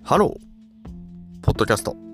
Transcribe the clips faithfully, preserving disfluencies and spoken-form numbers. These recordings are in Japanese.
ハローポッドキャスト。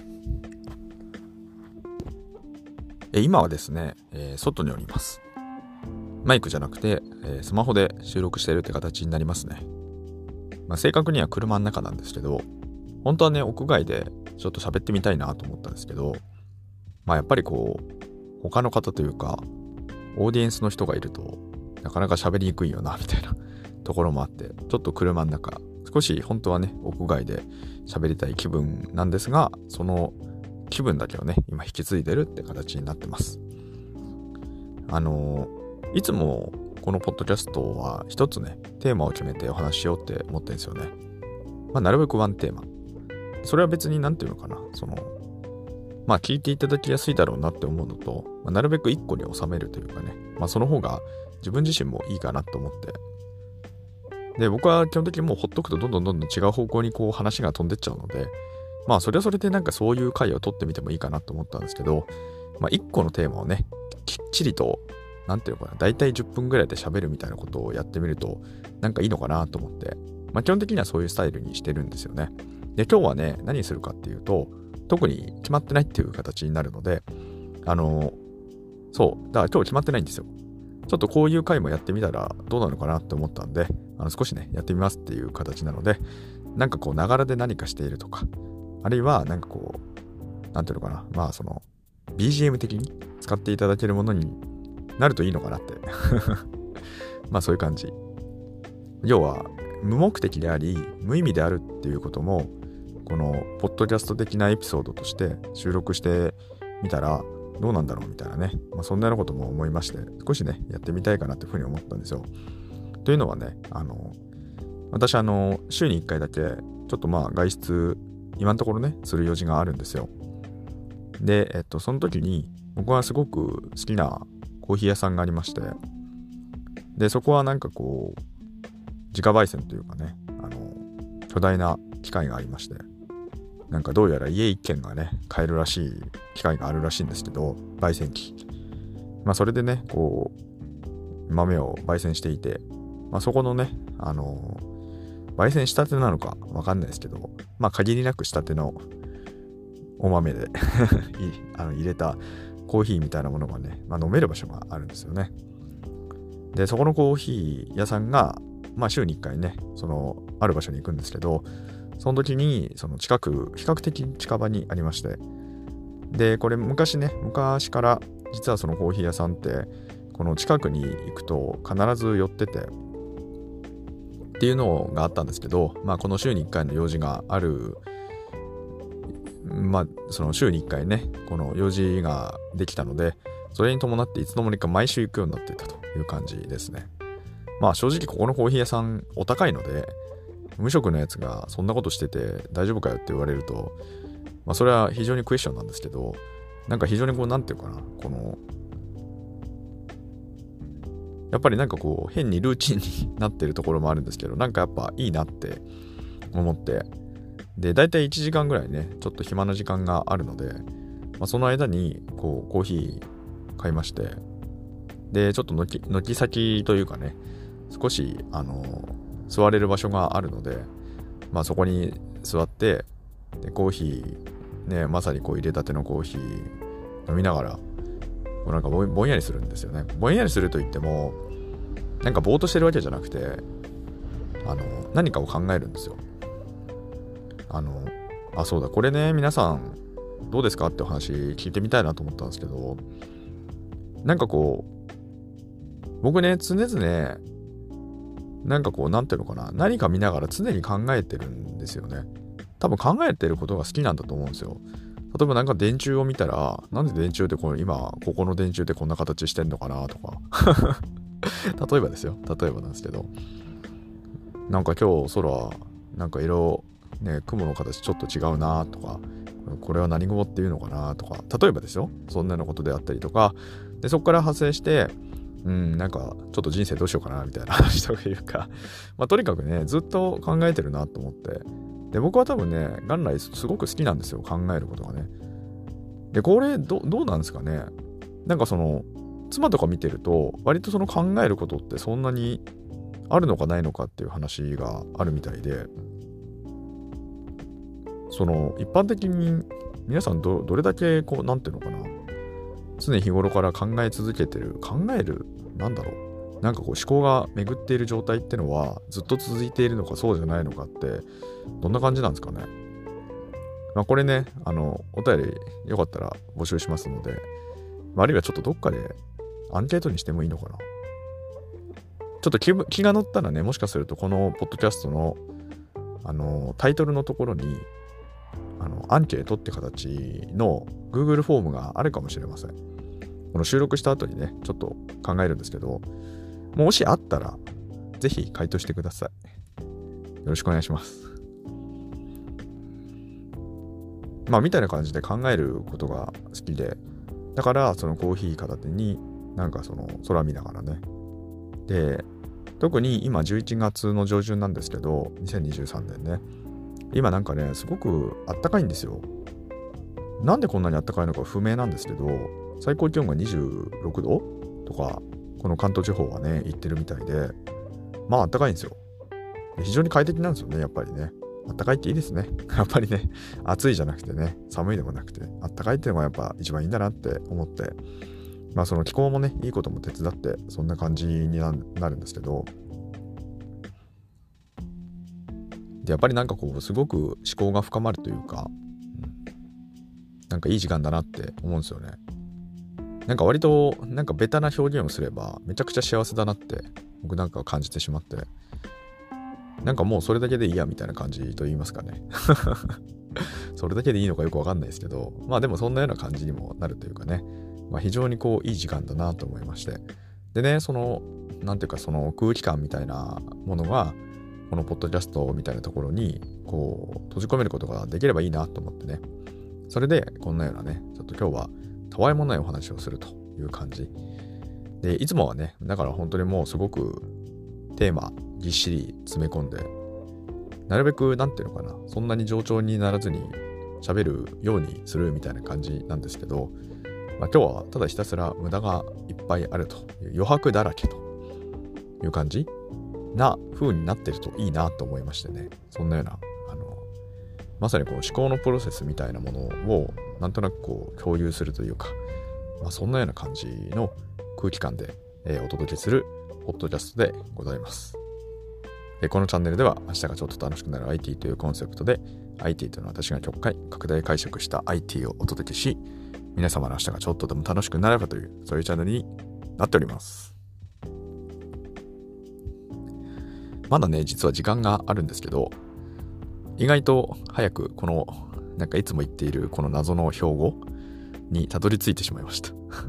え今はですね、えー、外におります。マイクじゃなくて、えー、スマホで収録しているって形になりますね。まあ、正確には車の中なんですけど、本当はね屋外でちょっと喋ってみたいなと思ったんですけど、まあやっぱりこう他の方というかオーディエンスの人がいるとなかなか喋りにくいよなみたいなところもあって、ちょっと車の中少し本当はね屋外で喋りたい気分なんですが、その気分だけをね今引き継いでるって形になってます。あのいつもこのポッドキャストは一つねテーマを決めてお話ししようって思ってるんですよね。まあなるべくワンテーマ、それは別になんていうのかな、そのまあ聞いていただきやすいだろうなって思うのと、まあ、なるべく一個に収めるというかね、まあその方が自分自身もいいかなと思って、で僕は基本的にもうほっとくとどんどんどんどん違う方向にこう話が飛んでっちゃうので、まあそれはそれでなんかそういう回を取ってみてもいいかなと思ったんですけど、まあ一個のテーマをねきっちりとなんていうのかな、だいたいじゅっぷんぐらいで喋るみたいなことをやってみるとなんかいいのかなと思って、まあ基本的にはそういうスタイルにしてるんですよね。で今日はね何するかっていうと、特に決まってないっていう形になるので、あのそうだから今日決まってないんですよ。ちょっとこういう回もやってみたらどうなのかなって思ったんで、あの少しねやってみますっていう形なので、なんかこうながらで何かしているとか、あるいはなんかこうなんていうのかな、まあその ビージーエム 的に使っていただけるものになるといいのかなってまあそういう感じ。要は無目的であり無意味であるっていうこともこのポッドキャスト的なエピソードとして収録してみたらどうなんだろうみたいなね、まあ、そんなようなことも思いまして、少しねやってみたいかなというふうに思ったんですよ。というのはね、あの私あの週にいっかいだけちょっとまあ外出今のところねする用事があるんですよ。でえっとその時に僕はすごく好きなコーヒー屋さんがありまして、でそこはなんかこう自家焙煎というかね、あの巨大な機械がありまして、なんかどうやら家一軒がね買えるらしい機械があるらしいんですけど、焙煎機、まあそれでねこう豆を焙煎していて、まあそこのねあの焙煎したてなのかわかんないですけど、まあ限りなくしたてのお豆であの入れたコーヒーみたいなものがね、まあ、飲める場所があるんですよね。でそこのコーヒー屋さんがまあ週にいっかいねそのある場所に行くんですけど、その時にその近く比較的近場にありまして、でこれ昔ね昔から実はそのコーヒー屋さんってこの近くに行くと必ず寄っててっていうのがあったんですけど、まあこの週にいっかいの用事がある、まあその週にいっかいねこの用事ができたので、それに伴っていつの間にか毎週行くようになっていたという感じですね。まあ正直ここのコーヒー屋さんお高いので、無職のやつがそんなことしてて大丈夫かよって言われると、まあそれは非常にクエスチョンなんですけど、なんか非常にこうなんていうかな、このやっぱりなんかこう変にルーチンになってるところもあるんですけど、なんかやっぱいいなって思って、でだいたいいちじかんぐらいねちょっと暇な時間があるので、まあ、その間にこうコーヒー買いまして、でちょっと軒軒先というかね少しあの座れる場所があるので、まあそこに座ってでコーヒーね、まさにこう入れたてのコーヒー飲みながらこうなんかぼんぼんやりするんですよね。ぼんやりすると言ってもなんかぼーっとしてるわけじゃなくて、あの何かを考えるんですよ。あのあそうだこれね皆さんどうですかってお話聞いてみたいなと思ったんですけど、なんかこう僕ね常々なんかこうなんていうのかな、何か見ながら常に考えてるんですよね。多分考えてることが好きなんだと思うんですよ。例えばなんか電柱を見たら、なんで電柱ってこの今ここの電柱ってこんな形してんのかなとか例えばですよ例えばなんですけど、なんか今日空なんか色ね雲の形ちょっと違うなとか、これは何雲っていうのかなとか、例えばですよそんなのことであったりとかで、そこから派生してうんなんかちょっと人生どうしようかなみたいな話というかまあとにかくねずっと考えてるなと思って、で僕は多分ね元来すごく好きなんですよ、考えることがね。でこれ ど, どうなんですかね、なんかその妻とか見てると割とその考えることってそんなにあるのかないのかっていう話があるみたいで、 その一般的に皆さん ど, どれだけこうなんていうのかな、常日頃から考え続けてる、考えるなんだろうなんかこう思考が巡っている状態ってのはずっと続いているのかそうじゃないのかってどんな感じなんですかね。まあこれね、あのお便りよかったら募集しますので、まあ、あるいはちょっとどっかでアンケートにしてもいいのかな。ちょっと 気, 気が乗ったらね、もしかするとこのポッドキャストのあのタイトルのところにあのアンケートって形の Google フォームがあるかもしれません。この収録した後にねちょっと考えるんですけど、もしあったらぜひ回答してください。よろしくお願いします。まあみたいな感じで考えることが好きで、だからそのコーヒー片手になんかその空見ながらね、で特に今じゅういちがつの上旬なんですけど、にせんにじゅうさんねんね、今なんかねすごくあったかいんですよ。なんでこんなにあったかいのか不明なんですけど、最高気温がにじゅうろくどとかこの関東地方はね行ってるみたいで、まああったかいんですよ。非常に快適なんですよね。やっぱりね、あったかいっていいですね。やっぱりね、暑いじゃなくてね、寒いでもなくてあったかいっていうのがやっぱ一番いいんだなって思って、まあその気候もねいいことも手伝ってそんな感じになるんですけど、でやっぱりなんかこうすごく思考が深まるというか、うん、なんかいい時間だなって思うんですよね。なんか割となんかベタな表現をすればめちゃくちゃ幸せだなって僕なんか感じてしまって、なんかもうそれだけでいいやみたいな感じと言いますかねそれだけでいいのかよくわかんないですけど、まあでもそんなような感じにもなるというかね、まあ、非常にこういい時間だなと思いまして、でね、そのなんていうかその空気感みたいなものがこのポッドキャストみたいなところにこう閉じ込めることができればいいなと思ってね、それでこんなようなねちょっと今日はたわいもないお話をするという感じで、いつもはねだから本当にもうすごくテーマぎっしり詰め込んで、なるべくなんていうのかな、そんなに冗長にならずに喋るようにするみたいな感じなんですけど、まあ、今日はただひたすら無駄がいっぱいあるという余白だらけという感じな風になってるといいなと思いましてね、そんなようなあのまさにこう思考のプロセスみたいなものをなんとなくこう共有するというか、まあ、そんなような感じの空気感で、えー、お届けするポッドキャストでございます。でこのチャンネルでは明日がちょっと楽しくなる アイティー というコンセプトで アイティー というのは私が極快拡大解釈した アイティー をお届けし、皆様の明日がちょっとでも楽しくなればというそういうチャンネルになっております。まだね実は時間があるんですけど、意外と早くこのなんかいつも言っているこの謎の標語にたどり着いてしまいました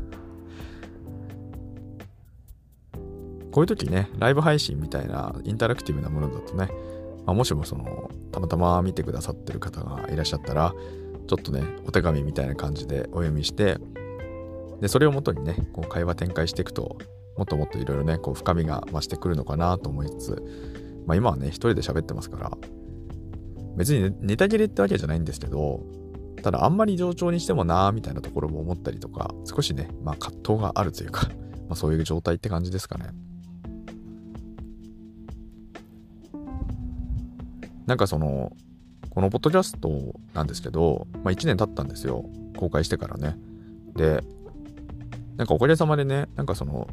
こういう時ね、ライブ配信みたいなインタラクティブなものだとね、まあ、もしもそのたまたま見てくださってる方がいらっしゃったら、ちょっとねお手紙みたいな感じでお読みして、でそれをもとにねこう会話展開していくと、もっともっといろいろねこう深みが増してくるのかなと思いつつ、まあ今はね一人で喋ってますから、別にネタ切れってわけじゃないんですけど、ただあんまり冗長にしてもなーみたいなところも思ったりとか、少しねまあ葛藤があるというか、まあそういう状態って感じですかね。なんかそのこのポッドキャストなんですけど、まあいちねん経ったんですよ、公開してからね。でなんかおかげさまでね、なんかその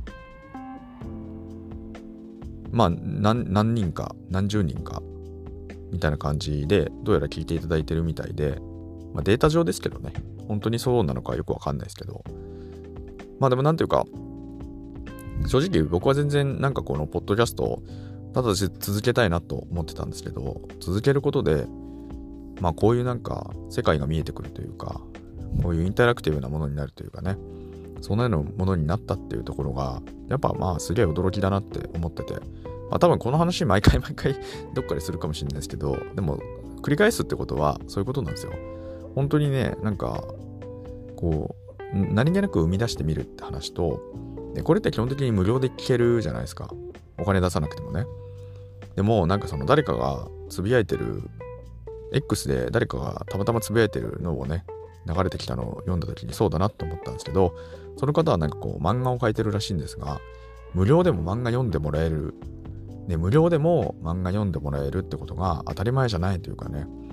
まあ 何, 何人か何十人かみたいな感じでどうやら聞いていただいてるみたいで、まあ、データ上ですけどね、本当にそうなのかよくわかんないですけど、まあでもなんていうか、正直僕は全然なんかこのポッドキャストをただ続けたいなと思ってたんですけど、続けることでまあこういうなんか世界が見えてくるというか、こういうインタラクティブなものになるというかね、そんなようなものになったっていうところがやっぱまあすげえ驚きだなって思ってて、まあ多分この話毎回毎回どっかでするかもしれないですけど、でも繰り返すってことはそういうことなんですよ。本当にね、なんかこう何気なく生み出してみるって話と、でこれって基本的に無料で聞けるじゃないですか、お金出さなくてもね。でもなんかその誰かがつぶやいてる X で誰かがたまたまつぶやいてるのをね流れてきたのを読んだ時にそうだなと思ったんですけど、その方はなんかこう漫画を描いてるらしいんですが、無料でも漫画読んでもらえる、ね、無料でも漫画読んでもらえるってことが当たり前じゃないというかね、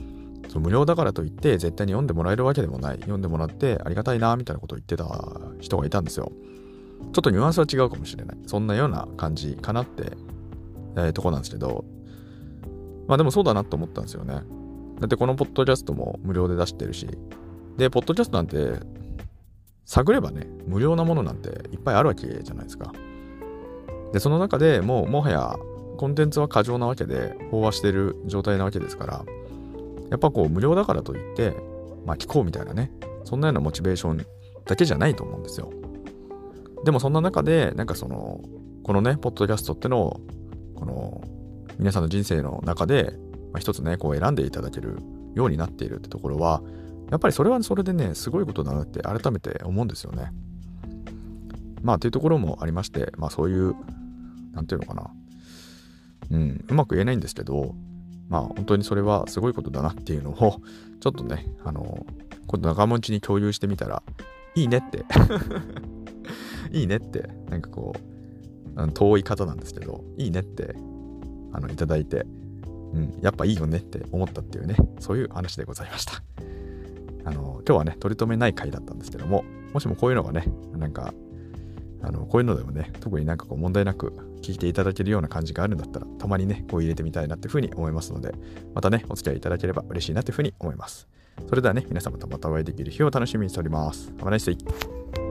その無料だからといって絶対に読んでもらえるわけでもない、読んでもらってありがたいなみたいなことを言ってた人がいたんですよ。ちょっとニュアンスは違うかもしれない、そんなような感じかなって、えー、とこなんですけど、まあでもそうだなと思ったんですよね。だってこのポッドキャストも無料で出してるし、でポッドキャストなんて探ればね、無料なものなんていっぱいあるわけじゃないですか。でその中でもうもはやコンテンツは過剰なわけで飽和してる状態なわけですから、やっぱこう無料だからといってまあ聞こうみたいなね、そんなようなモチベーションだけじゃないと思うんですよ。でもそんな中でなんかそのこのねポッドキャストってのをこの皆さんの人生の中で、まあ、一つねこう選んでいただけるようになっているってところは、やっぱりそれはそれでねすごいことだなって改めて思うんですよね。まあというところもありまして、まあそういうなんていうのかな、うんうまく言えないんですけど、まあ本当にそれはすごいことだなっていうのをちょっとねあの今度仲間内に共有してみたらいいねっていいねってなんかこう遠い方なんですけど、いいねってあのいただいて、うん、やっぱいいよねって思ったっていうね、そういう話でございました。あの今日はね取り留めない回だったんですけども、もしもこういうのがねなんかあのこういうのでもね特になんかこう問題なく聞いていただけるような感じがあるんだったら、たまにねこう入れてみたいなっていうふうに思いますので、またねお付き合いいただければ嬉しいなっていうふうに思います。それではね皆様とまたお会いできる日を楽しみにしております。Have a nice day.